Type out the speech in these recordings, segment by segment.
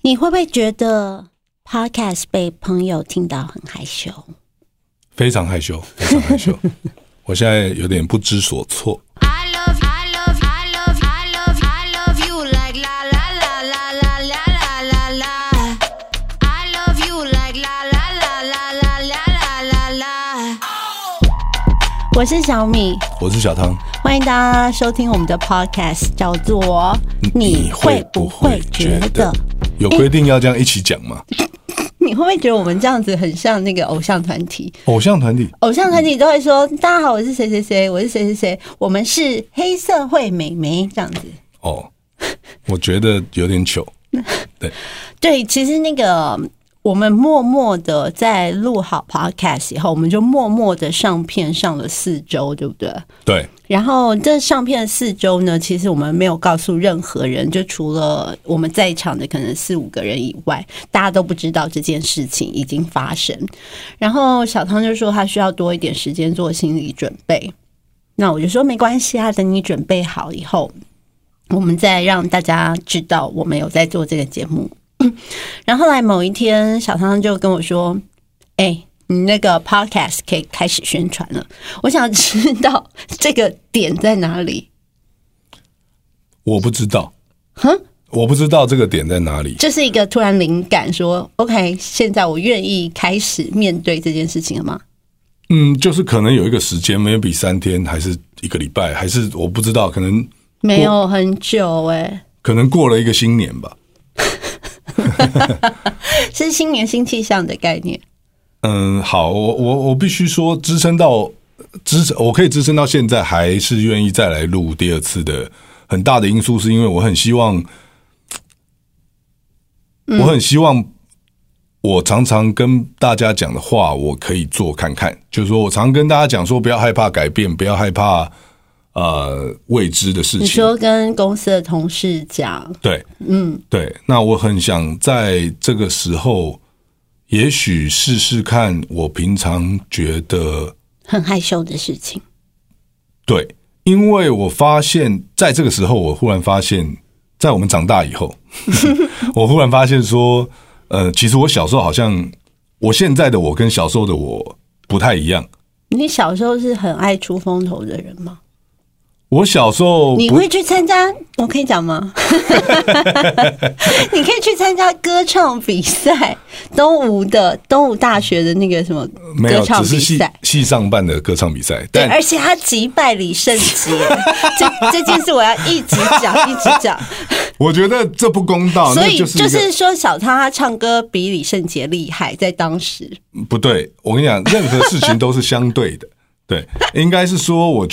你会不会觉得 podcast 被朋友听到很害羞？ 非常害羞，非常害羞。我现在有点不知所措。 我是小米， 我是小汤， 欢迎大家收听我们的 podcast， 叫做你会不会觉得？ 有规定要这样一起讲吗？ 你会不会觉得我们这样子很像那个偶像团体？ 偶像团体都会说：“大家好，我是谁谁谁，我是谁谁谁，我们是黑社会美眉。”这样子。哦， 我觉得有点糗。 对，其实那个。我们默默的在录好 podcast 以后，我们就默默的上片上了4周，对不对？ 对。 然后这上片4周呢，其实我们没有告诉任何人，就除了我们在场的可能4-5个人以外，大家都不知道这件事情已经发生。然后小汤就说他需要多一点时间做心理准备，那我就说没关系啊，等你准备好以后，我们再让大家知道我们有在做这个节目。然后后来某一天，小汤就跟我说：“你那个 podcast 可以开始宣传了。”我想知道这个点在哪里。 我不知道，我不知道这个点在哪里。 就是一个突然灵感说 ：“OK， 现在我愿意开始面对这件事情了吗？” 就是可能有一个时间 ，maybe 3天，还是1个礼拜，还是我不知道，可能没有很久可能过了一个新年吧。 是新年新气象的概念。 好，我必须说，我可以支撑到现在，还是愿意再来录第2次的很大的因素，是因为我很希望，我常常跟大家讲的话，我可以做看看。就是说我常跟大家讲说，不要害怕改变，不要害怕未知的事情。 你说跟公司的同事讲， 对，对。那我很想在这个时候，也许试试看我平常觉得很害羞的事情。 对，因为我发现在这个时候，我忽然发现，在我们长大以后，我忽然发现说，其实我小时候好像，我现在的我跟小时候的我不太一样。 你小时候是很爱出风头的人吗？ 我小时候你会去参加，我可以讲吗？你可以去参加歌唱比赛，东吴大学的那个什么歌唱比赛， 只是系上办的歌唱比赛。 对，而且他击败李圣杰，这件事我要一直讲。 我觉得这不公道， 所以就是说小汤他唱歌比李圣杰厉害，在当时不对。我跟你讲，任何事情都是相对的。对，应该是说，我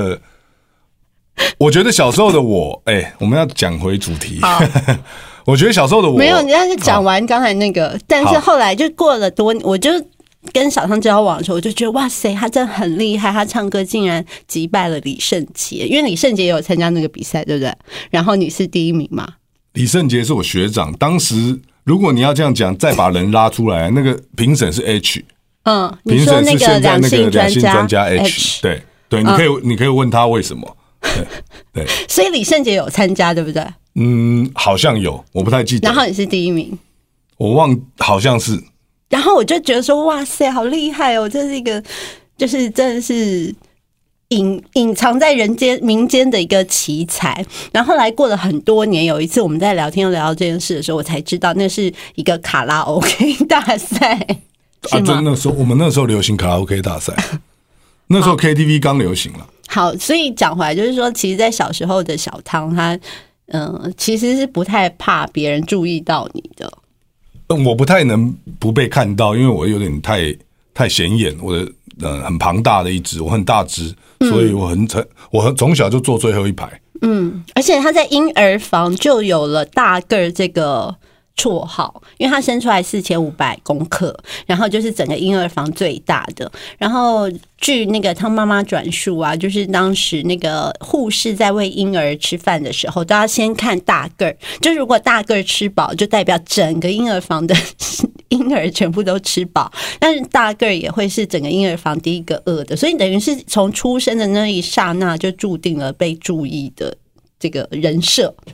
觉得小时候的我，我们要讲回主题。我觉得小时候的我没有，你要是讲完刚才那个，但是后来就过了多年，我就跟小汤交往的时候，我就觉得哇塞，他真的很厉害，他唱歌竟然击败了李圣杰，因为李圣杰也有参加那个比赛，对不对？然后你是第1名嘛？ 李圣杰是我学长，当时如果你要这样讲，再把人拉出来，那个评审是 H， 你说那个两性专家 H， 对，你可以问他为什么。对， 所以李圣杰有参加，对不对？ 好像有，我不太记得。 然后你是第1名， 我好像是。 然后我就觉得说，哇塞，好厉害哦！这是一个，就是真的是隐藏在民间的一个奇才。然后后来过了很多年，有一次我们在聊天聊到这件事的时候，我才知道那是一个卡拉 OK 大赛。 就我们那时候流行卡拉 OK 大赛，那时候 KTV 刚流行了。 好，所以讲回来就是说，其实在小时候的小汤他其实是不太怕别人注意到你的。 我不太能不被看到，因为我有点太显眼，我的很庞大的一只，我很大只，所以我从小就坐最后一排。 而且他在婴儿房就有了大个这个绰号，因为他生出来4500公克，然后就是整个婴儿房最大的。然后据那个汤妈妈转述啊，就是当时那个护士在喂婴儿吃饭的时候，都要先看大个儿，就如果大个儿吃饱，就代表整个婴儿房的婴儿全部都吃饱，但是大个儿也会是整个婴儿房第一个饿的，所以等于是从出生的那一刹那就注定了被注意的这个人设。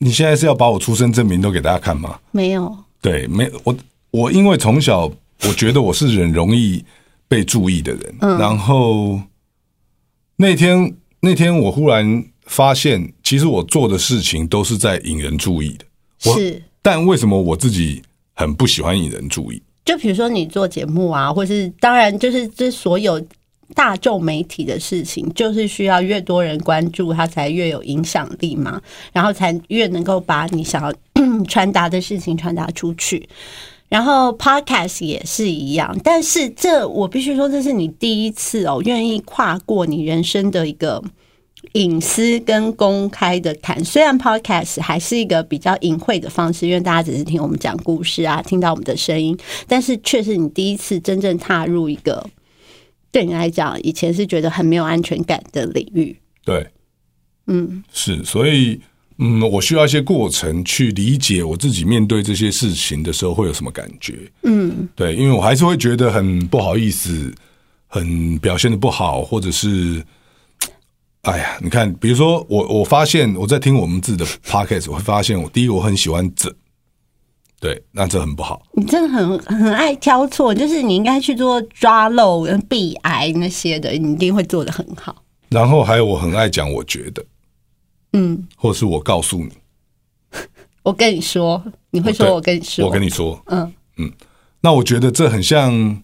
你现在是要把我出生证明都给大家看吗？ 没有， 对，我因为从小我觉得我是很容易被注意的人，然后那天我忽然发现，其实我做的事情都是在引人注意的。 是， 但为什么我自己很不喜欢引人注意？ 就比如说你做节目啊，或是当然就是这所有大众媒体的事情，就是需要越多人关注，它才越有影响力嘛，然后才越能够把你想要传达的事情传达出去。然后 podcast 也是一样，但是这我必须说，这是你第一次愿意跨过你人生的一个隐私跟公开的坎。虽然 podcast 还是一个比较隐晦的方式，因为大家只是听我们讲故事啊，听到我们的声音，但是却是你第一次真正踏入一个对你来讲以前是觉得很没有安全感的领域。 对，是，所以我需要一些过程去理解我自己面对这些事情的时候会有什么感觉。对，因为我还是会觉得很不好意思，很表现的不好，或者是哎呀，你看，比如说我发现我在听我们自己的 podcast， 我会发现第一个我很喜欢这，对，那这很不好。 你真的很爱挑错，就是你应该去做抓漏跟避癌那些的，你一定会做得很好。 然后还有我很爱讲我觉得，或是我告诉你， 我跟你说，你会说我跟你说， 我跟你说，那我觉得这很像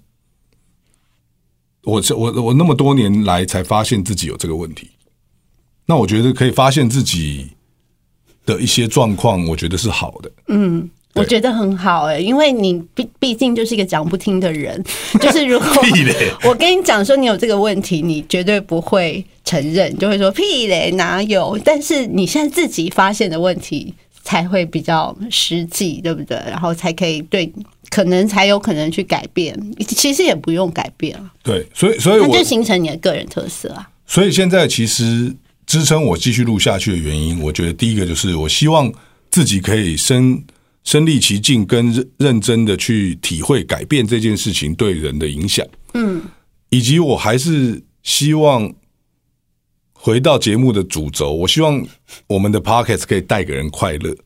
我那么多年来才发现自己有这个问题。那我觉得可以发现自己的一些状况，我觉得是好的。 我觉得很好因为你毕竟就是一个讲不听的人，就是如果我跟你讲说你有这个问题，你绝对不会承认，你就会说屁嘞，哪有？但是你现在自己发现的问题才会比较实际，对不对？然后才可以才有可能去改变，其实也不用改变啊。 对，所以它就形成你的个人特色啊。 所以现在其实支撑我继续录下去的原因，我觉得第一个就是我希望自己可以身历其境，跟认真的去体会改变这件事情对人的影响。以及我还是希望回到节目的主轴，我希望我们的 podcast 可以带给人快乐。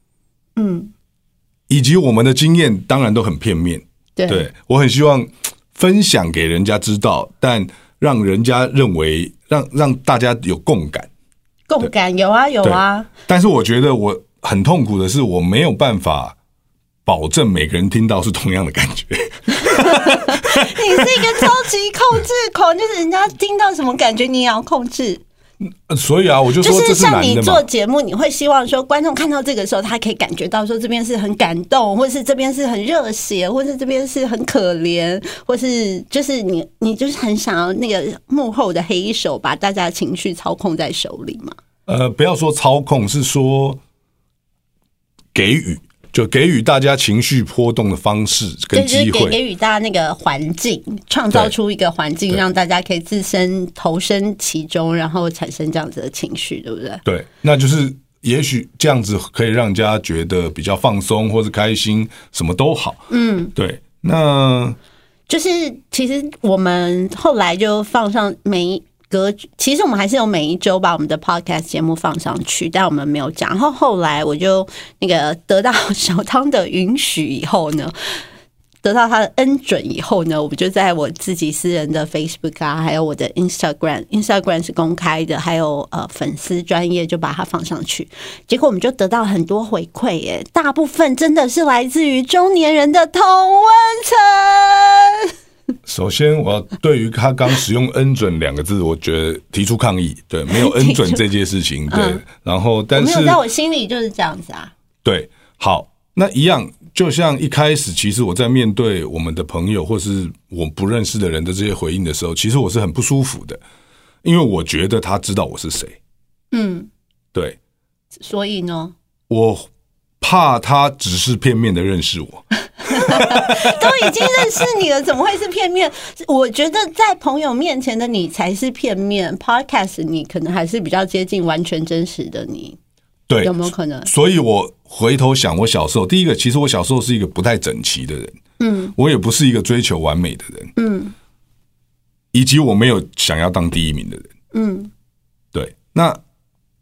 以及我们的经验当然都很片面，对，我很希望分享给人家知道，但让人家认为让大家有共感。 共感有啊， 但是我觉得我很痛苦的是，我没有办法保证每个人听到是同样的感觉。 你是一个超级控制狂，就是人家听到什么感觉你也要控制。 所以啊，我就说就是像你这是难的嘛。 做节目，你会希望说观众看到这个时候，他可以感觉到说这边是很感动，或是这边是很热血，或是这边是很可怜，或是就是你就是很想要那个幕后的黑手把大家的情绪操控在手里嘛？ 不要说操控，是说给予。就给予大家情绪波动的方式跟机会， 就是给予大家那个环境，创造出一个环境，让大家可以自身投身其中，然后产生这样子的情绪，对不对？ 对，那就是也许这样子可以让人家觉得比较放松，或是开心，什么都好。对。那就是其实我们后来就放上其实我们还是有每一周把我们的 podcast 节目放上去，但我们没有讲。然后后来我就那个得到小汤的允许以后呢，得到他的恩准以后呢，我就在我自己私人的 Facebook 啊，还有我的 Instagram 是公开的，还有粉丝专页就把它放上去。结果我们就得到很多回馈耶，大部分真的是来自于中年人的同温层。 首先，我对于他刚使用恩准2个字，我觉得提出抗议。对，没有恩准这件事情。对，然后但是我没有，在我心里就是这样子啊。 对，好，那一样，就像一开始，其实我在面对我们的朋友或是我不认识的人的这些回应的时候，其实我是很不舒服的，因为我觉得他知道我是谁。对。 所以呢， 我怕他只是片面的认识我。 都已经认识你了，怎么会是片面？我觉得在朋友面前的你才是片面 ，Podcast 你可能还是比较接近完全真实的你。 对， 有没有可能？ 所以我回头想，我小时候，第一个，其实我小时候是一个不太整齐的人，我也不是一个追求完美的人，以及我没有想要当第一名的人，对。那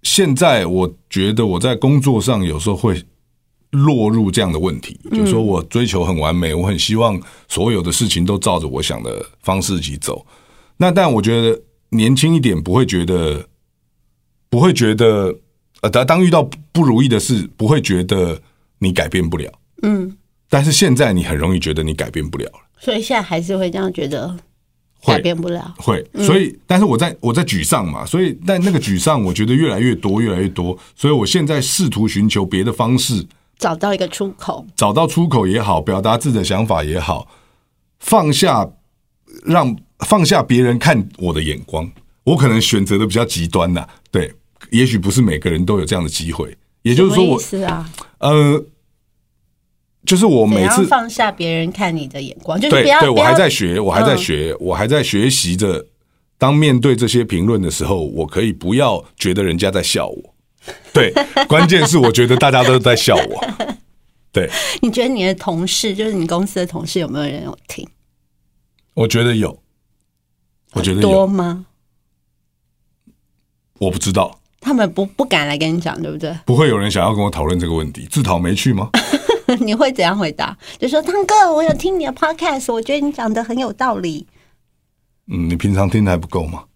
现在我觉得我在工作上有时候会落入这样的问题，就是说我追求很完美，我很希望所有的事情都照着我想的方式一起走。那但我觉得年轻一点不会觉得当遇到不如意的事，不会觉得你改变不了。但是现在你很容易觉得你改变不了了， 所以现在还是会这样觉得改变不了。 会，所以但是我在沮丧嘛，所以但那个沮丧我觉得越来越多，所以我现在试图寻求别的方式， 找到一个出口， 找到出口也好，表达自己的想法也好，放下别人看我的眼光。我可能选择的比较极端啦，对，也许不是每个人都有这样的机会。也就是说就是我每次放下别人看你的眼光，就是对，我还在学，我还在学习着。当面对这些评论的时候，我可以不要觉得人家在笑我。对，关键是我觉得大家都在笑我。对， 你觉得你的同事，就是你公司的同事，有没有人有听？ 我觉得有， 多吗？ 我不知道， 他们不敢来跟你讲，对不对？ 不会有人想要跟我讨论这个问题。自讨没趣吗？ 你会怎样回答？就说汤哥，我有听你的 podcast， 我觉得你讲的很有道理。 你平常听的还不够吗？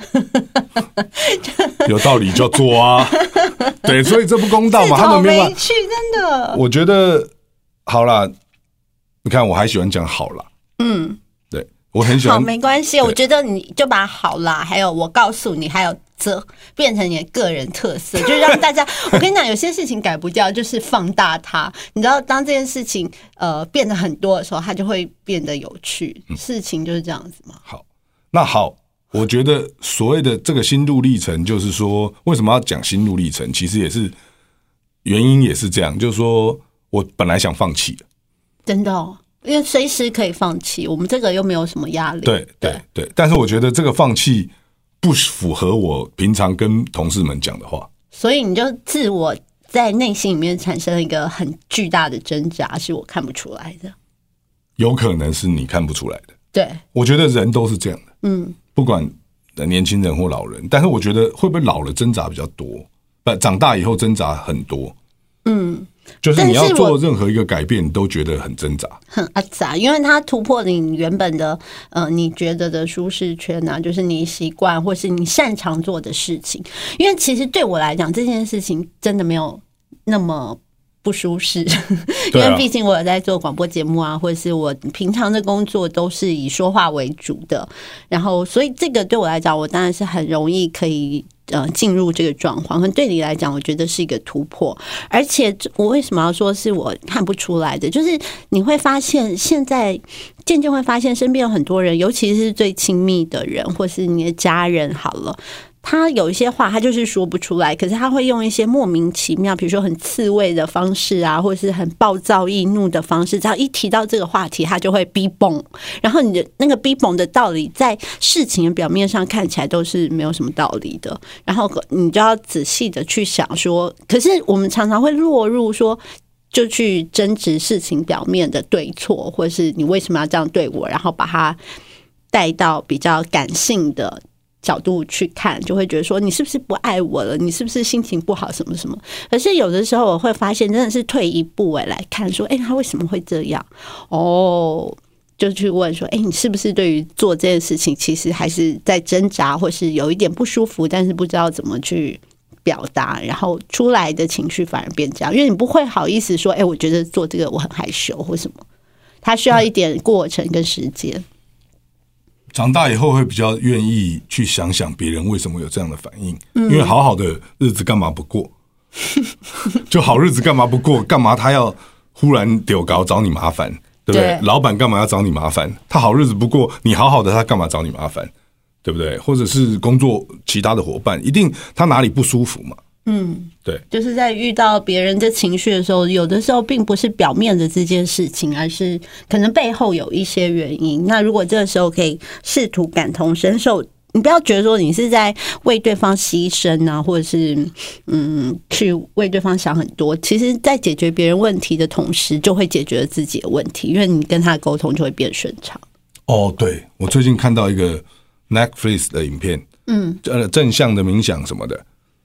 有道理就做啊。对，所以这不公道嘛。他们没有去，真的。 我觉得好啦，你看我还喜欢讲好啦。对，我很喜欢。 好，没关系，我觉得你就把好啦，还有我告诉你，还有这变成你的个人特色，就是让大家。我跟你讲，有些事情改不掉，就是放大它。你知道，当这件事情变得很多的时候，它就会变得有趣。事情就是这样子嘛。 好，那好，我觉得所谓的这个心路历程，就是说为什么要讲心路历程？其实也是原因也是这样，就是说我本来想放弃的， 真的哦。因为随时可以放弃，我们这个又没有什么压力。 对，但是我觉得这个放弃不符合我平常跟同事们讲的话， 所以你就自我在内心里面产生了一个很巨大的挣扎，是我看不出来的。 有可能是你看不出来的。 对，我觉得人都是这样的。不管年轻人或老人，但是我觉得会不会老了挣扎比较多，长大以后挣扎很多。就是你要做任何一个改变，你都觉得很挣扎， 很阿杂，因为它突破了你原本的你觉得的舒适圈啊，就是你习惯或是你擅长做的事情。因为其实对我来讲，这件事情真的没有那么不舒适，因为毕竟我有在做广播节目啊，或者是我平常的工作都是以说话为主的，然后所以这个对我来讲，我当然是很容易可以进入这个状况。可对你来讲，我觉得是一个突破。而且我为什么要说是我看不出来的，就是你会发现现在渐渐会发现身边有很多人，尤其是最亲密的人或是你的家人好了，他有一些话他就是说不出来，可是他会用一些莫名其妙，比如说很刺猬的方式啊，或是很暴躁易怒的方式，只要一提到这个话题他就会逼崩，然后你的那个逼崩的道理在事情的表面上看起来都是没有什么道理的，然后你就要仔细的去想说，可是我们常常会落入说就去争执事情表面的对错，或是你为什么要这样对我，然后把它带到比较感性的角度去看，就会觉得说你是不是不爱我了，你是不是心情不好什么什么。可是有的时候我会发现真的是退一步来看说他为什么会这样，就去问说你是不是对于做这件事情其实还是在挣扎，或是有一点不舒服，但是不知道怎么去表达，然后出来的情绪反而变这样，因为你不会好意思说我觉得做这个我很害羞或什么，它需要一点过程跟时间。 长大以后会比较愿意去想想别人为什么有这样的反应，因为好好的日子干嘛不过？就好日子干嘛不过？干嘛他要忽然丢高找你麻烦，对不对？老板干嘛要找你麻烦？他好日子不过，你好好的，他干嘛找你麻烦？对不对？或者是工作其他的伙伴，一定他哪里不舒服嘛？对， 就是在遇到别人的情绪的时候，有的时候并不是表面的这件事情，而是可能背后有一些原因。那如果这个时候可以试图感同身受，你不要觉得说你是在为对方牺牲啊，或者是去为对方想很多。其实，在解决别人问题的同时，就会解决自己的问题，因为你跟他沟通就会变顺畅。 对，我最近看到一个 Netflix 的影片，正向的冥想什么的。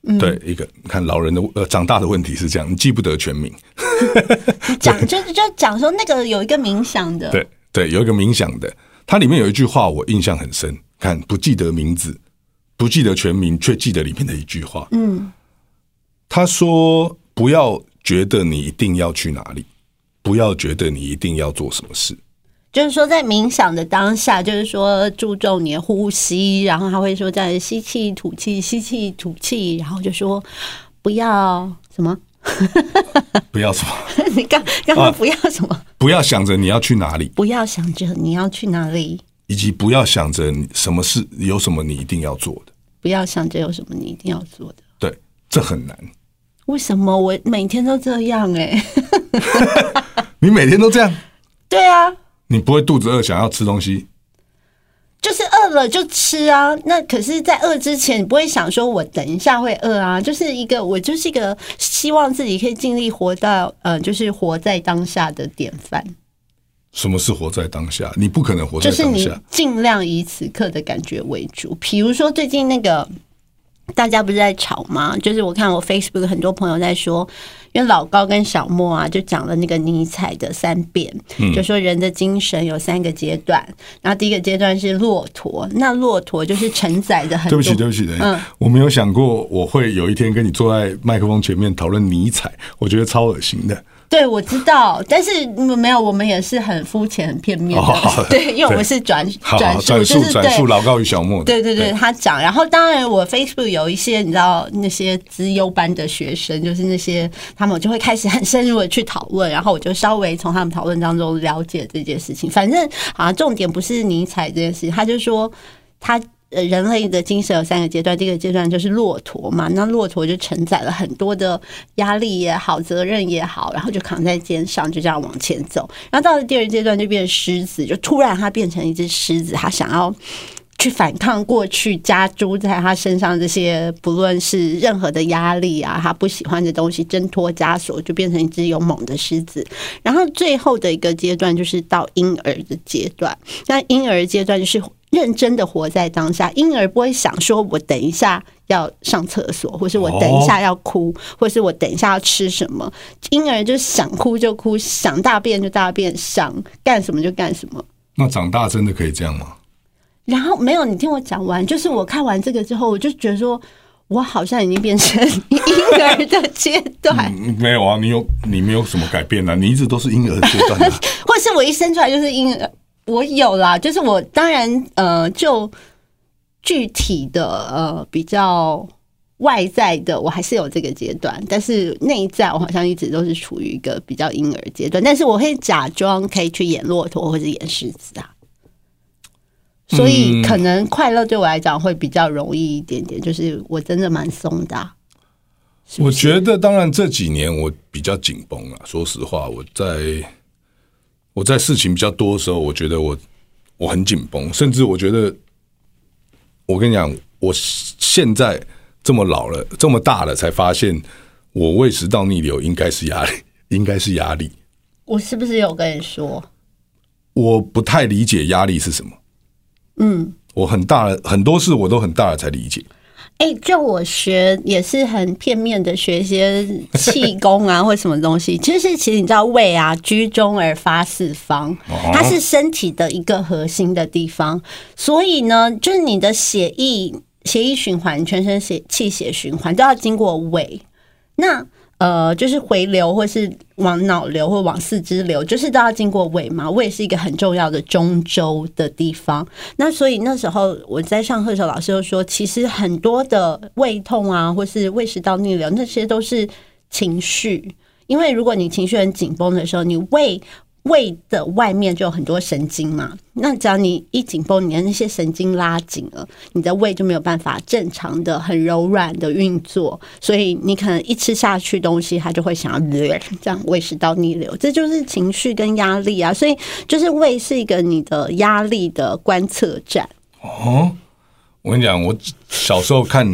对，一个看老人的长大的问题是这样，你记不得全名。 就讲说那个有一个冥想的， 对，有一个冥想的，它里面有一句话我印象很深，看不记得名字，不记得全名，却记得里面的一句话。他说不要觉得你一定要去哪里，不要觉得你一定要做什么事。 就是说在冥想的当下，就是说注重你的呼吸，然后他会说在吸气吐气，吸气吐气，然后就说不要什么不要什么你刚刚不要什么、 不要想着你要去哪里， 不要想着你要去哪里， 以及不要想着什么事有什么你一定要做的， 不要想着有什么你一定要做的。 对，这很难。 为什么我每天都这样你每天都这样？ 对啊， 你不会肚子饿想要吃东西？ 就是饿了就吃啊。那可是在饿之前你不会想说我等一下会饿啊，我就是一个希望自己可以尽力活到就是活在当下的典范。 什么是活在当下？你不可能活在当下， 就是你尽量以此刻的感觉为主。比如说最近那个大家不是在吵吗？就是我看我 Facebook 很多朋友在说，因为老高跟小莫啊，就讲了那个尼采的3变，就说人的精神有3个阶段，然后第一个阶段是骆驼，那骆驼就是承载着很多。 对不起，我没有想过我会有一天跟你坐在麦克风前面讨论尼采，我觉得超恶心的。 对，我知道，但是没有，我们也是很肤浅、很片面的。对，因为我们是转述老高与小莫的。 对，他讲。然后当然，我 Facebook 有一些你知道那些资优班的学生，就是那些他们就会开始很深入的去讨论，然后我就稍微从他们讨论当中了解这件事情。反正好像重点不是尼采这件事情，他就说他。人类的精神有3个阶段，第一个阶段就是骆驼嘛，那骆驼就承载了很多的压力也好，责任也好，然后就扛在肩上，就这样往前走。然后到了第2阶段就变成狮子，就突然他变成一只狮子，他想要去反抗过去加诸在他身上这些不论是任何的压力啊，他不喜欢的东西挣脱枷锁，就变成一只勇猛的狮子。然后最后的一个阶段就是到婴儿的阶段，那婴儿阶段就是认真的活在当下，婴儿不会想说我等一下要上厕所，或是我等一下要哭，或是我等一下要吃什么。婴儿就想哭就哭，想大便就大便，想干什么就干什么。 那长大真的可以这样吗？ 然后没有，你听我讲完，就是我看完这个之后，我就觉得说我好像已经变成婴儿的阶段。 没有啊，你没有什么改变啊，你一直都是婴儿阶段啊。 或是我一生出来就是婴儿。我有啦，就是我当然就具体的比较外在的，我还是有这个阶段，但是内在我好像一直都是处于一个比较婴儿阶段，但是我会假装可以去演骆驼或者演狮子啊，所以可能快乐对我来讲会比较容易一点点，就是我真的蛮松的啊。是不是？ 我觉得当然这几年我比较紧绷啊，说实话，我在事情比较多的时候，我觉得我很紧绷，甚至我觉得，我跟你讲，我现在这么老了，这么大了，才发现我胃食道逆流应该是压力。 我是不是有跟你说？ 我不太理解压力是什么。我很多事我都很大了才理解。 就我学也是很片面的学一些气功啊或什么东西，其实你知道胃啊居中而发四方，它是身体的一个核心的地方，所以呢就是你的血液循环，全身气血循环都要经过胃，那就是回流或是往脑流或往四肢流，就是都要经过胃嘛。胃是一个很重要的中轴的地方。那所以那时候我在上课的时候，老师就说，其实很多的胃痛啊，或是胃食道逆流，那些都是情绪。因为如果你情绪很紧绷的时候，你胃的外面就有很多神经嘛，那只要你一紧绷，你的那些神经拉紧了，你的胃就没有办法正常的很柔软的运作，所以你可能一吃下去东西，它就会想要这样胃食道逆流，这就是情绪跟压力啊。所以就是胃是一个你的压力的观测站。 我跟你讲，我小时候看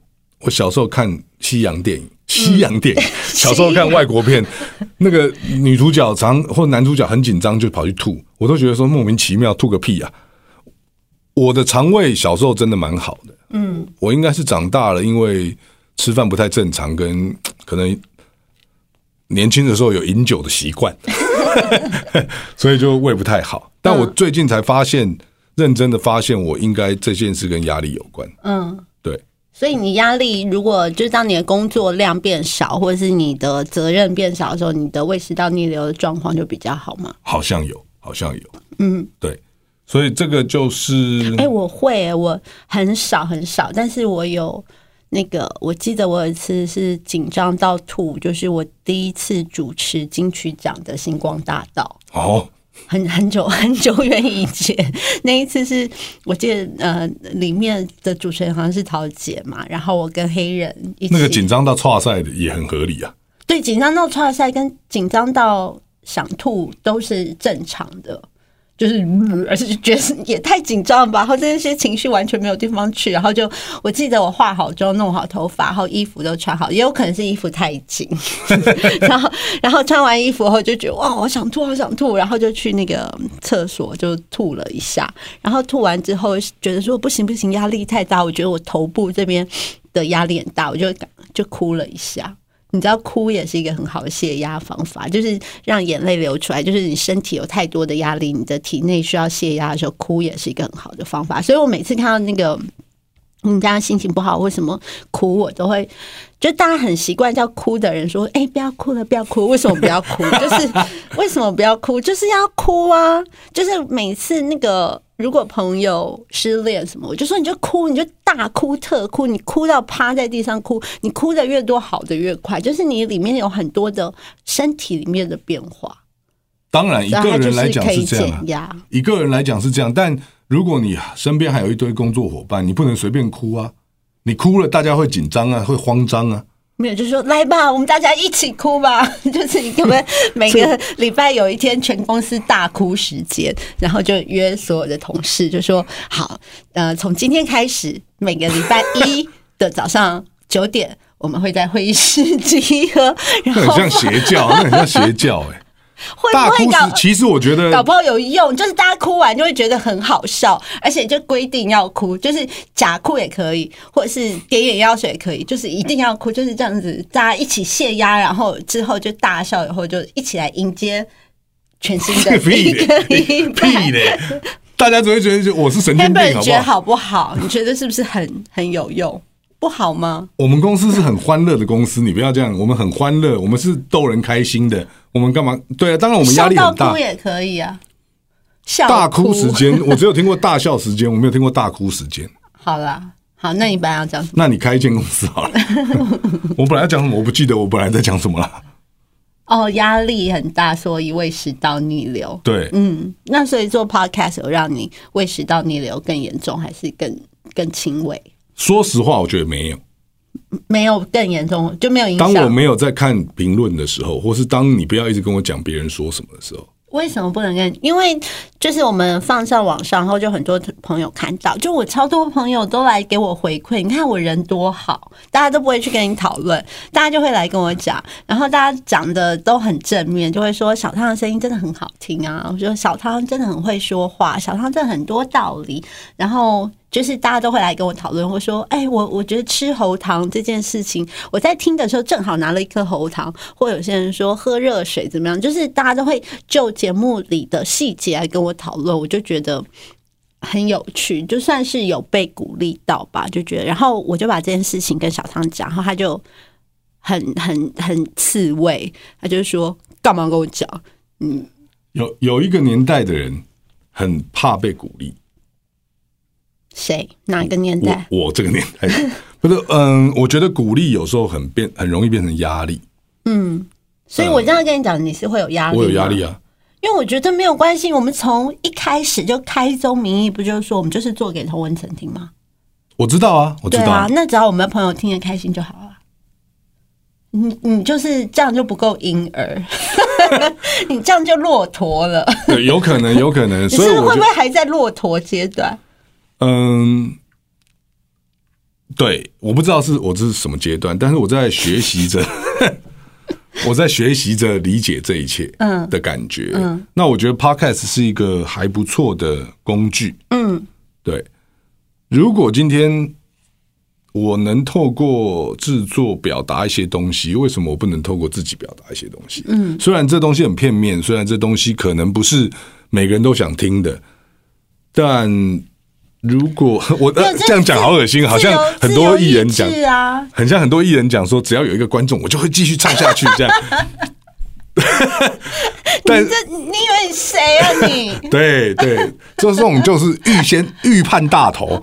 西洋电影，小时候看外国片，那个女主角或男主角很紧张就跑去吐，我都觉得说莫名其妙，吐个屁啊！我的肠胃小时候真的蛮好的，我应该是长大了，因为吃饭不太正常，跟可能年轻的时候有饮酒的习惯，所以就胃不太好。但我最近才发现，认真的发现，我应该这件事跟压力有关。对。 所以你压力如果就是当你的工作量变少，或者是你的责任变少的时候，你的胃食道逆流的状况就比较好吗？ 好像有。对。所以这个就是， 我会，我很少，但是我有那个，我记得我有一次是紧张到吐，就是我第一次主持金曲奖的星光大道。很久远以前，那一次是我记得里面的主持人好像是陶姐嘛，然后我跟黑人一起， 那个紧张到剉赛的也很合理啊。 对，紧张到剉赛跟紧张到想吐都是正常的。就是而且就觉得也太紧张了吧，然后这些情绪完全没有地方去，然后就我记得我化好妆弄好头发，然后衣服都穿好，也有可能是衣服太紧然后穿完衣服后就觉得哇好想吐，然后就去那个厕所就吐了一下，然后吐完之后觉得说不行压力太大，我觉得我头部这边的压力很大，我就哭了一下。你知道哭也是一个很好的泄压方法，就是让眼泪流出来，就是你身体有太多的压力，你的体内需要泄压的时候，哭也是一个很好的方法。所以我每次看到那个人家心情不好为什么哭，我都会就大家很习惯叫哭的人说不要哭了，不要哭，为什么不要哭？就是为什么不要哭？就是要哭啊！就是每次那个如果朋友失恋什么，我就说你就哭，你就大哭特哭，你哭到趴在地上哭，你哭的越多好的越快，就是你里面有很多的身体里面的变化。 当然一个人来讲是这样一个人来讲是这样，但如果你身边还有一堆工作伙伴，你不能随便哭啊，你哭了大家会紧张啊，会慌张啊。 没有，就是说来吧，我们大家一起哭吧。就是你可不可以每个礼拜有一天全公司大哭时间，然后就约所有的同事，就说好，从今天开始，每个礼拜一的早上9点，我们会在会议室集合。然后那很像邪教， 会不会其实我觉得搞不好有用，就是大家哭完就会觉得很好笑，而且就规定要哭，就是假哭也可以，或者是点眼药水也可以，就是一定要哭，就是这样子，大家一起泄压，然后之后就大笑，以后就一起来迎接全新的一个礼拜。 大家只会觉得我是神经病，好不好？ 觉得好不好？你觉得是不是很有用？不好吗？ 我们公司是很欢乐的公司，你不要这样，我们很欢乐，我们是逗人开心的。我们干嘛？对啊，当然我们压力很大。 笑到哭也可以啊， 大哭时间我只有听过大笑时间，我没有听过大哭时间。 好啦，好，那你本来要讲什么？ 那你开一间公司好了。我本来要讲什么？我不记得我本来在讲什么了。 压力很大，所以胃食道逆流。 对， 那所以做 podcast 有让你胃食道逆流更严重，还是更轻微？ 说实话，我觉得没有更严重，就没有影响。 当我没有在看评论的时候，或是当你不要一直跟我讲别人说什么的时候， 为什么不能跟？因为就是我们放上网上后，就很多朋友看到，就我超多朋友都来给我回馈，你看我人多好，大家都不会去跟你讨论，大家就会来跟我讲，然后大家讲的都很正面，就会说小汤的声音真的很好听啊，我说小汤真的很会说话，小汤真的很多道理，然后就是大家都会来跟我讨论，或说我觉得吃喉糖这件事情，我在听的时候正好拿了一颗喉糖，或有些人说喝热水怎么样，就是大家都会就节目里的细节来跟我讨论，我就觉得很有趣，就算是有被鼓励到吧，就觉得，然后我就把这件事情跟小汤讲，然后他就很刺猬，他就说干嘛跟我讲？ 有一个年代的人很怕被鼓励。 谁？哪个年代？ 我这个年代不是，我觉得鼓励有时候很容易变成压力。 所以我这样跟你讲，你是会有压力。 我有压力啊， 因为我觉得没有关系，我们从一开始就开宗明义，不就是说我们就是做给同温层听吗？ 我知道啊，我知道。对啊， 那只要我们的朋友听得开心就好了。你就是这样就不够婴儿，你这样就骆驼了。 对，有可能。所以你是会不会还在骆驼阶段？ 对，我不知道我这是什么阶段，但是我在学习着，我在学习着理解这一切的感觉。那我觉得 Podcast 是一个还不错的工具。对，如果今天我能透过制作表达一些东西，为什么我不能透过自己表达一些东西？虽然这东西很片面，虽然这东西可能不是每个人都想听的，但如果我这样讲好恶心，好像很多艺人讲，很像很多艺人讲说，只要有一个观众，我就会继续唱下去，这样。 但你以为你谁啊你？ 对对，这种就是预判大头。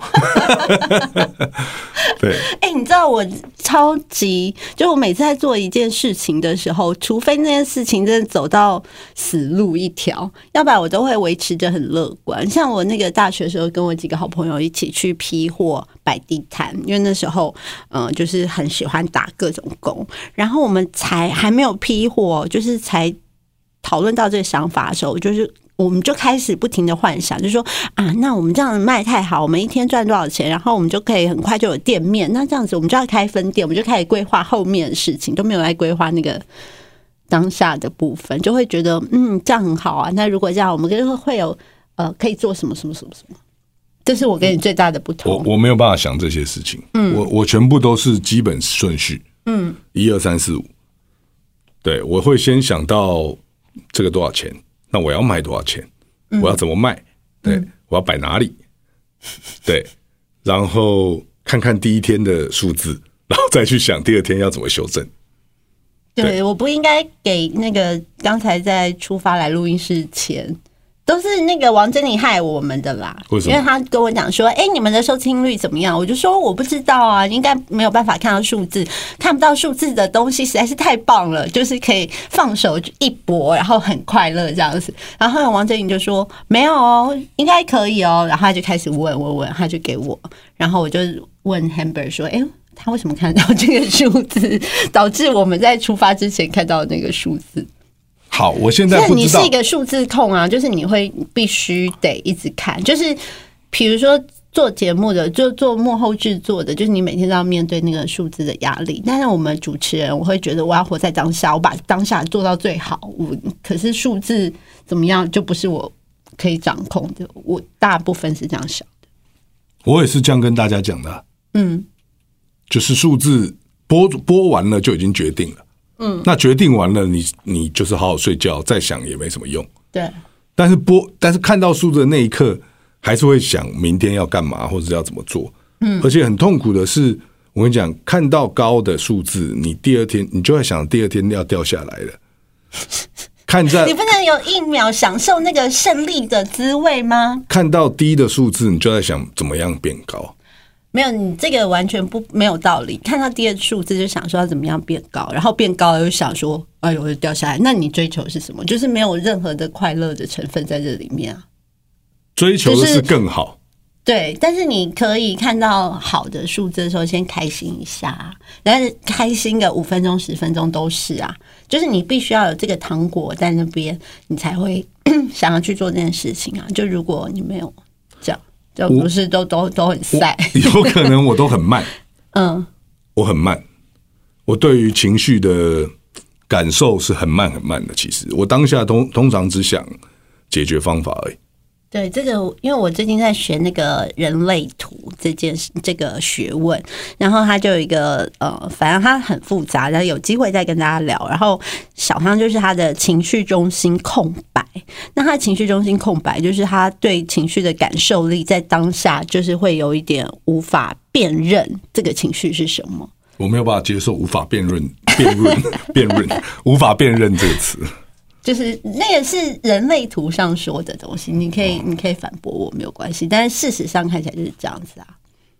对， 你知道我超级，就我每次在做一件事情的时候，除非那件事情真的走到死路一条，要不然我都会维持着很乐观。像我那个大学的时候，跟我几个好朋友一起去批货摆地摊，因为那时候就是很喜欢打各种工，然后我们还没有批货，就是才讨论到这个想法的时候，就是我们就开始不停的幻想，就说啊，那我们这样卖太好，我们一天赚多少钱，然后我们就可以很快就有店面，那这样子我们就要开分店，我们就开始规划后面的事情，都没有来规划那个当下的部分，就会觉得这样很好啊。那如果这样，我们就会有可以做什么什么什么什么。这是我跟你最大的不同。 我没有办法想这些事情，我全部都是基本顺序，1、2、3、4、5。对，我会先想到这个多少钱，那我要卖多少钱，我要怎么卖，对，我要摆哪里，对，然后看看第一天的数字，然后再去想第二天要怎么修正。 对，我不应该给那个刚才在出发来录音室前，都是那个王珍妮害我们的啦。 为什么？ 因为他跟我讲说，你们的收听率怎么样？我就说我不知道啊，应该没有办法看到数字，看不到数字的东西实在是太棒了，就是可以放手一搏，然后很快乐这样子。然后王珍妮就说没有哦，应该可以哦，然后他就开始问，他就给我，然后我就问 Hamber 说，他为什么看到这个数字，导致我们在出发之前看到那个数字？ 好，我现在不知道。 你是一个数字控啊，就是你会必须得一直看，就是比如说做节目的，就做幕后制作的，就是你每天都要面对那个数字的压力。但是我们主持人，我会觉得我要活在当下，我把当下做到最好。可是数字怎么样，就不是我可以掌控的。我大部分是这样想的。 我也是这样跟大家讲的。就是数字播完了就已经决定了。那决定完了，你就是好好睡觉，再想也没什么用。 对。但是看到数字的那一刻，还是会想明天要干嘛，或者要怎么做。而且很痛苦的是，我跟你讲，看到高的数字，你第二天你就会想第二天要掉下来了。你不能有一秒享受那个胜利的滋味吗？看到低的数字，你就在想怎么样变高。 没有，你这个完全没有道理。看到第二数字就想说要怎么样变高，然后变高了又想说哎呦又掉下来。那你追求是什么？就是没有任何的快乐的成分在这里面啊。 追求的是更好。 对，但是你可以看到好的数字的时候先开心一下，但是开心个5分钟10分钟都是啊。就是你必须要有这个糖果在那边，你才会想要去做这件事情啊。就如果你没有这样。就不是都很晒， 有可能我都很慢，我很慢，我对于情绪的感受是很慢的。其实我当下通常只想解决方法而已。 对，这个因为我最近在学那个人类图这个学问，然后它就有一个反正它很复杂，然后有机会再跟大家聊。然后小汤就是他的情绪中心空白，那他的情绪中心空白就是他对情绪的感受力在当下就是会有一点无法辨认这个情绪是什么。 我没有办法接受无法辩论无法辨认这个词。 就是那个是人类图上说的东西，你可以反驳我没有关系，但是事实上看起来就是这样子啊。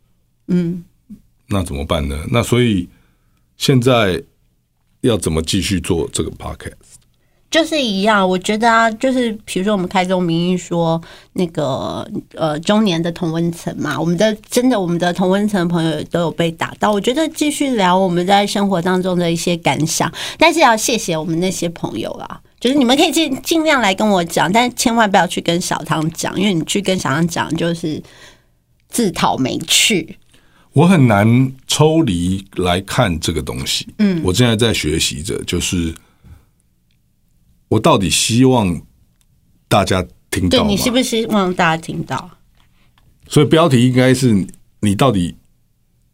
那怎么办呢？那所以现在要怎么继续做这个 podcast？ 就是一样，我觉得啊，就是比如说我们开宗明义说那个中年的同温层嘛，我们的同温层的朋友都有被打到。我觉得继续聊我们在生活当中的一些感想，但是要谢谢我们那些朋友啦。就是你们可以尽量来跟我讲，但千万不要去跟小汤讲，因为你去跟小汤讲就是自讨没趣。 我很难抽离来看这个东西。我现在在学习着，就是我到底希望大家听到吗？ 对，你希不希望大家听到？ 所以标题应该是你到底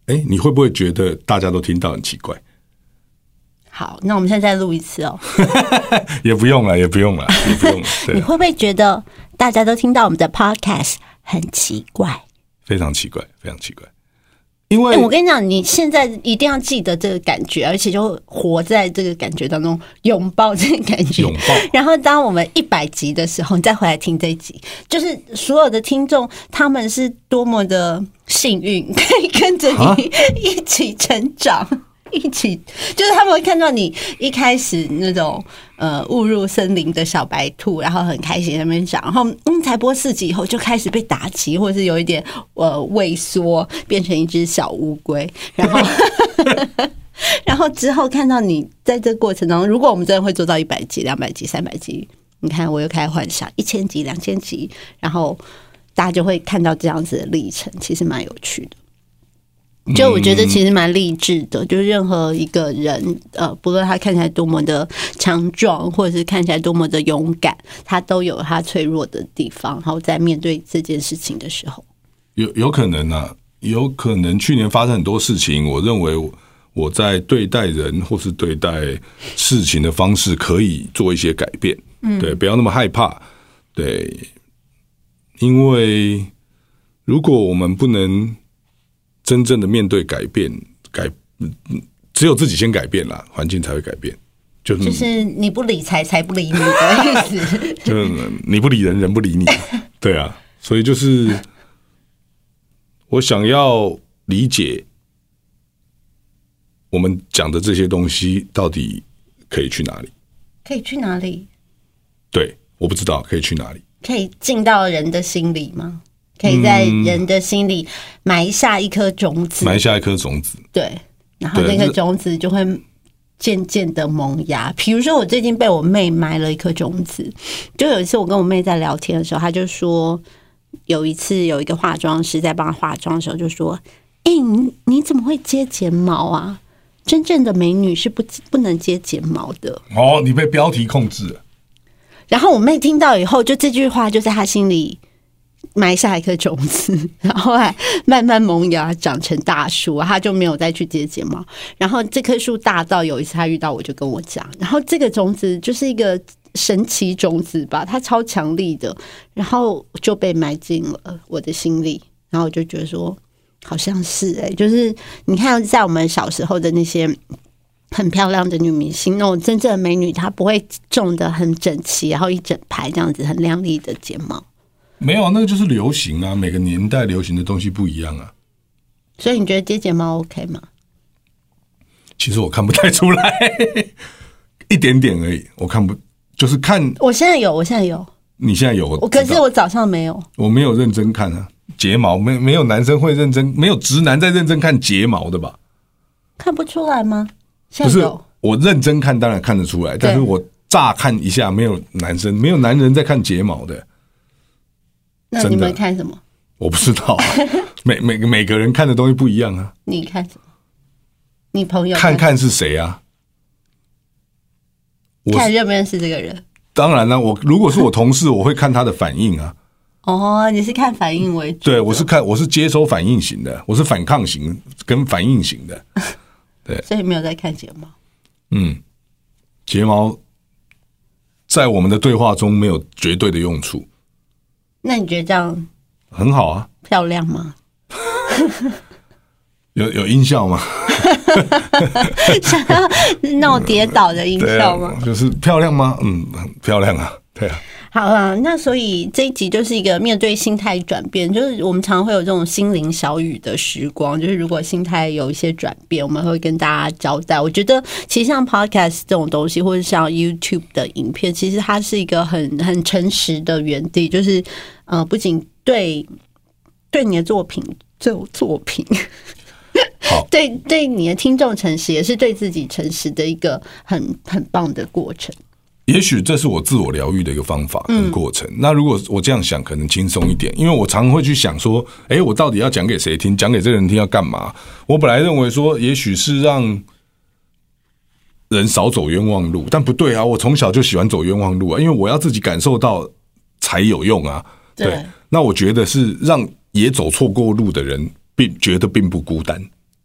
你会不会觉得大家都听到很奇怪？ 好，那我们现在再录一次哦。 也不用了，也不用了，也不用了。 你会不会觉得大家都听到我们的 podcast 很奇怪？ 非常奇怪，非常奇怪。因为我跟你讲，你现在一定要记得这个感觉，而且就活在这个感觉当中，拥抱这个感觉。 拥抱。然后，当我们100集的时候，你再回来听这一集，就是所有的听众，他们是多么的幸运，可以跟着你一起成长。一起，就是他们会看到你一开始那种误入森林的小白兔，然后很开心在那边讲，然后才播4集以后就开始被打击，或者是有一点畏缩，变成一只小乌龟，然后然后之后看到你在这过程当中，如果我们真的会做到100集、200集、300集，你看我又开始幻想1000集、2000集，然后大家就会看到这样子的历程，其实蛮有趣的。就我觉得其实蛮励志的，就是任何一个人，不论他看起来多么的强壮，或者是看起来多么的勇敢，他都有他脆弱的地方。然后在面对这件事情的时候， 有可能啊，有可能去年发生很多事情，我认为我在对待人或是对待事情的方式可以做一些改变。对，不要那么害怕。对，因为如果我们不能真正的面对改变，只有自己先改变啦，环境才会改变。 就是你不理财，财不理你的意思。 就是你不理人，人不理你。对啊，所以就是我想要理解我们讲的这些东西到底可以去哪里？ 可以去哪里？ 对，我不知道可以去哪里。 可以进到人的心里吗？可以在人的心里埋下一颗种子， 埋下一颗种子。 对，然后那颗种子就会渐渐的萌芽。比如说，我最近被我妹埋了一颗种子。就有一次我跟我妹在聊天的时候，她就说，有一次有一个化妆师在帮她化妆的时候，就说：“你怎么会接睫毛啊？真正的美女是不能接睫毛的。” 哦，你被标题控制了。 然后我妹听到以后，就这句话就在她心里埋下一颗种子，然后还慢慢萌芽长成大树，他就没有再去接睫毛。然后这棵树大到有一次他遇到我就跟我讲，然后这个种子就是一个神奇种子吧，它超强力的，然后就被埋进了我的心里。然后我就觉得说，好像是就是你看在我们小时候的那些很漂亮的女明星，那种真正的美女，她不会种得很整齐，然后一整排这样子很亮丽的睫毛。 没有，那个就是流行啊，每个年代流行的东西不一样啊。 所以你觉得接睫毛 OK 吗？ 其实我看不太出来，一点点而已。我看不，就是看。 我现在有，你现在有， 可是我早上没有。 我没有认真看啊，睫毛没有男生会认真，没有直男在认真看睫毛的吧？ 看不出来吗？ 不是，我认真看当然看得出来，但是我乍看一下，没有男人在看睫毛的。 那你们看什么？ 我不知道、啊，每个人看的东西不一样啊。 你看什么？你朋友看是谁啊？ 看认不认识这个人？ 当然了、如果是我同事，我会看他的反应啊。 哦，你是看反应为主？ 对，我是接收反应型的，我是反抗型跟反应型的。对， 所以没有在看睫毛。 睫毛在我们的对话中没有绝对的用处。 那你觉得这样很好啊？ 漂亮吗？ 有音效吗？ 想要那种跌倒的音效吗？ 就是漂亮吗？很漂亮啊，对啊。 好了，那所以这一集就是一个面对心态转变，就是我们常会有这种心灵小雨的时光，就是如果心态有一些转变，我们会跟大家交代。我觉得其实像 podcast 这种东西，或者像 YouTube 的影片，其实它是一个很诚实的园地，就是不仅对你的作品好， 对你的听众诚实，也是对自己诚实的一个很棒的过程。 也许这是我自我疗愈的一个方法跟过程。那如果我这样想，可能轻松一点，因为我常会去想说，我到底要讲给谁听？讲给这个人听要干嘛？我本来认为说，也许是让人少走冤枉路，但不对啊！我从小就喜欢走冤枉路啊，因为我要自己感受到才有用啊。对，那我觉得是让也走错过路的人觉得并不孤单。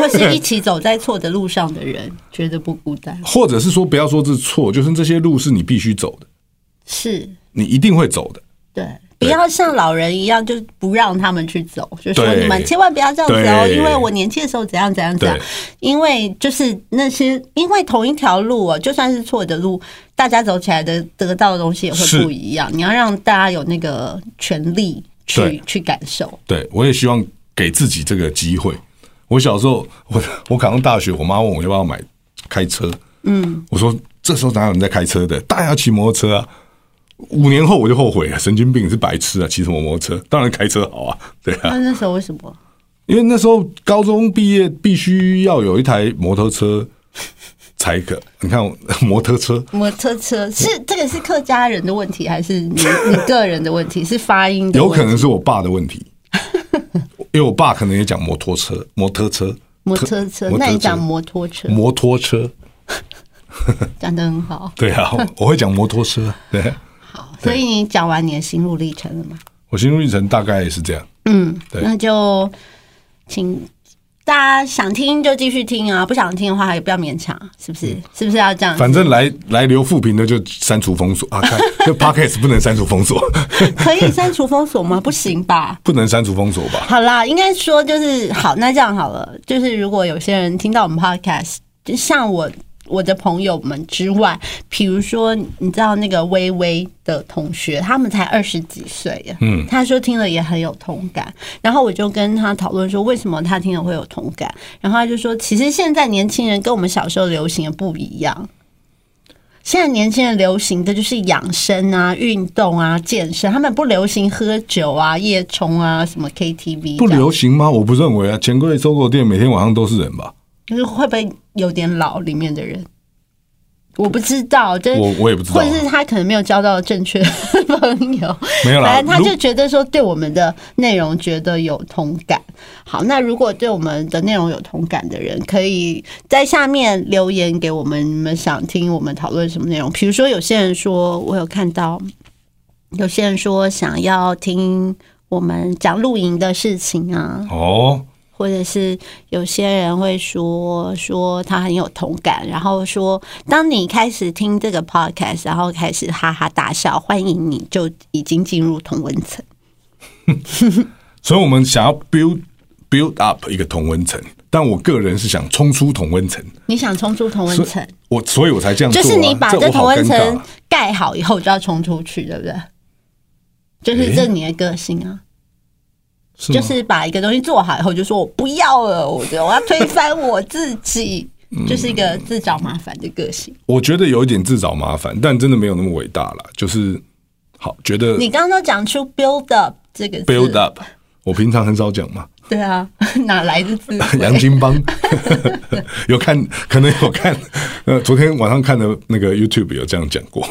或是一起走在错的路上的人，觉得不孤单， 或者是说不要说是错，就是这些路是你必须走的， 是你一定会走的。 对，不要像老人一样，就不让他们去走，就说你们千万不要这样子哦，因为我年轻的时候怎样怎样怎样。因为就是那些，因为同一条路哦，就算是错的路，大家走起来的得到的东西也会不一样。你要让大家有那个权利去感受。对， 我也希望给自己这个机会。我小时候，我考上大学，我妈问我要不要开车，我说这时候哪有人在开车的，大家要骑摩托车啊。5年后我就后悔了，神经病是白痴啊！骑什么摩托车？当然开车好啊，对啊。 那时候为什么？ 因为那时候高中毕业必须要有一台摩托车才可。你看摩托车是这个是客家人的问题，还是你个人的问题？是发音的问题？有可能是我爸的问题，因为我爸可能也讲摩托车。 那你讲摩托车？ 摩托车讲得很好。 对啊，我会讲摩托车。对。 所以你讲完你的心路历程了吗？ 我心路历程大概是这样。 那就请大家想听就继续听啊，不想听的话也不要勉强，是不是？是不是要这样？ 反正来留负评的就删除封锁啊！看这 podcast 不能删除封锁， 可以删除封锁吗？不行吧？ 不能删除封锁吧？ 好啦，应该说就是好，那这样好了，就是如果有些人听到我们 podcast， 就像我的朋友们之外，比如说你知道那个微微的同学，他们才20几岁，他说听了也很有同感，然后我就跟他讨论说为什么他听了会有同感，然后他就说其实现在年轻人跟我们小时候流行的不一样，现在年轻人流行的就是养生啊、运动啊、健身，他们不流行喝酒啊、夜冲啊、什么 KTV， 不流行吗？我不认为啊，钱柜收购店每天晚上都是人吧。 就是会不会有点老？里面的人我不知道， 我也不知道， 或者是他可能没有交到正确的朋友， 没有啦。 反正他就觉得说对我们的内容觉得有同感。好，那如果对我们的内容有同感的人，可以在下面留言给我们，你们想听我们讨论什么内容？比如说，有些人说，我有看到，有些人说想要听我们讲露营的事情啊。或者是有些人会说他很有同感，然后说当你开始听这个 podcast， 然后开始哈哈大笑，欢迎你就已经进入同温层。 所以我们想要 build up 一个同温层，但我个人是想冲出同温层。 你想冲出同温层， 所以我才这样做， 就是你把这同温层盖好以后就要冲出去，对不对？就是这你的个性啊。就是把一个东西做好以后，就说我不要了，我要推翻我自己，就是一个自找麻烦的个性。 我觉得有一点自找麻烦，但真的没有那么伟大啦。就是好，觉得你刚刚都讲出 build up 这个字 build up， 我平常很少讲嘛。 对啊，哪来的字？ 杨金邦有看，可能有看。昨天晚上看的那个 YouTube 有这样讲过。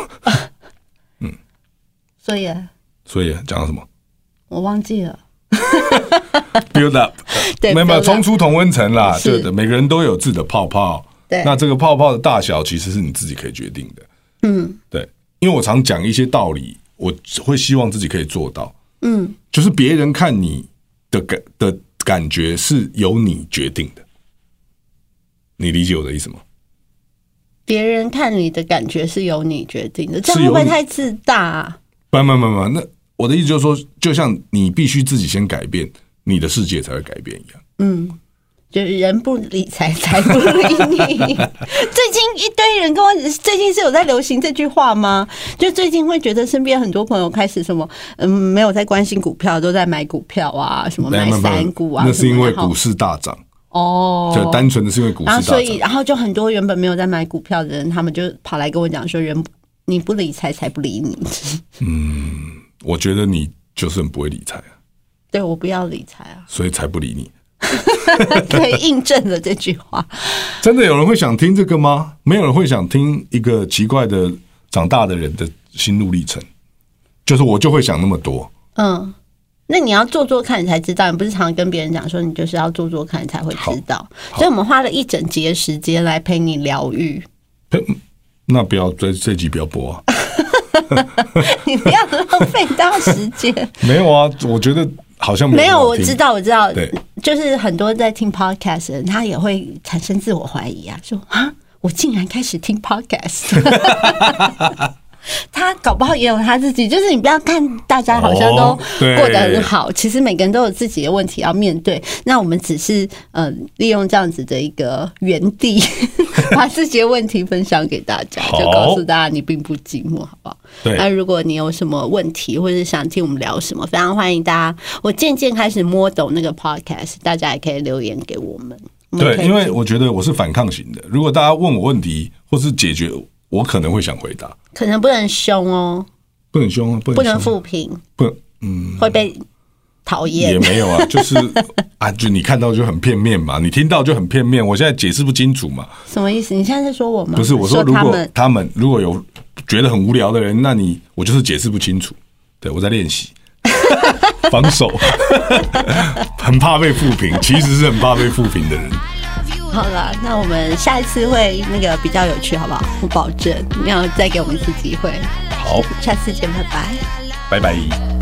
所以讲到什么？ 我忘记了。 build up， 没有冲出同温层啦，对的，每个人都有自己的泡泡，对，那这个泡泡的大小其实是你自己可以决定的，对，因为我常讲一些道理，我会希望自己可以做到，就是别人看你的感觉是由你决定的，你理解我的意思吗？ 别人看你的感觉是由你决定的，这样会不会太自大啊？ 不，那我的意思就是说，就像你必须自己先改变，你的世界才会改变一样。 就是人不理财，财不理你。最近一堆人跟我，最近是有在流行这句话吗？就最近会觉得身边很多朋友开始什么，没有在关心股票，都在买股票啊，什么买散股啊。 那是因为股市大涨。就单纯的是因为股市大涨。 然后就很多原本没有在买股票的人，他们就跑来跟我讲说，你不理财，才不理你。 我觉得你就是很不会理财啊。 对，我不要理财啊， 所以才不理你。 对，印证了这句话。 真的有人会想听这个吗？没有人会想听一个奇怪的长大的人的心路历程。就是我就会想那么多。 那你要做做看，你才知道。你不是常常跟别人讲说，你就是要做做看，你才会知道。所以我们花了一整集的时间来陪你疗愈。 那不要这集不要播啊！ 你不要浪费到时间。 没有啊，我觉得好像没有。我知道。 就是很多在听 podcast 的人，他也会产生自我怀疑啊，说啊，我竟然开始听 podcast。他搞不好也有他自己，就是你不要看大家好像都过得很好，其实每个人都有自己的问题要面对。那我们只是利用这样子的一个园地，把自己的问题分享给大家，就告诉大家你并不寂寞，好不好？ 对。 那如果你有什么问题，或者想听我们聊什么，非常欢迎大家。我渐渐开始摸懂那个 podcast， 大家也可以留言给我们。 对，因为我觉得我是反抗型的，如果大家问我问题或是解决，我可能会想回答， 可能不能凶哦， 不能凶， 不能负评，会被讨厌。 也没有啊，就是啊，就你看到就很片面嘛，你听到就很片面，我现在解释不清楚嘛。 什么意思？你现在在说我吗？ 不是，我说如果他们如果有觉得很无聊的人，那我就是解释不清楚。对，我在练习防守，很怕被负评，其实是很怕被负评的人。 好了，那我们下一次会那个比较有趣，好不好？我保证，你要再给我们一次机会。 好， 下次见，拜拜， 拜拜。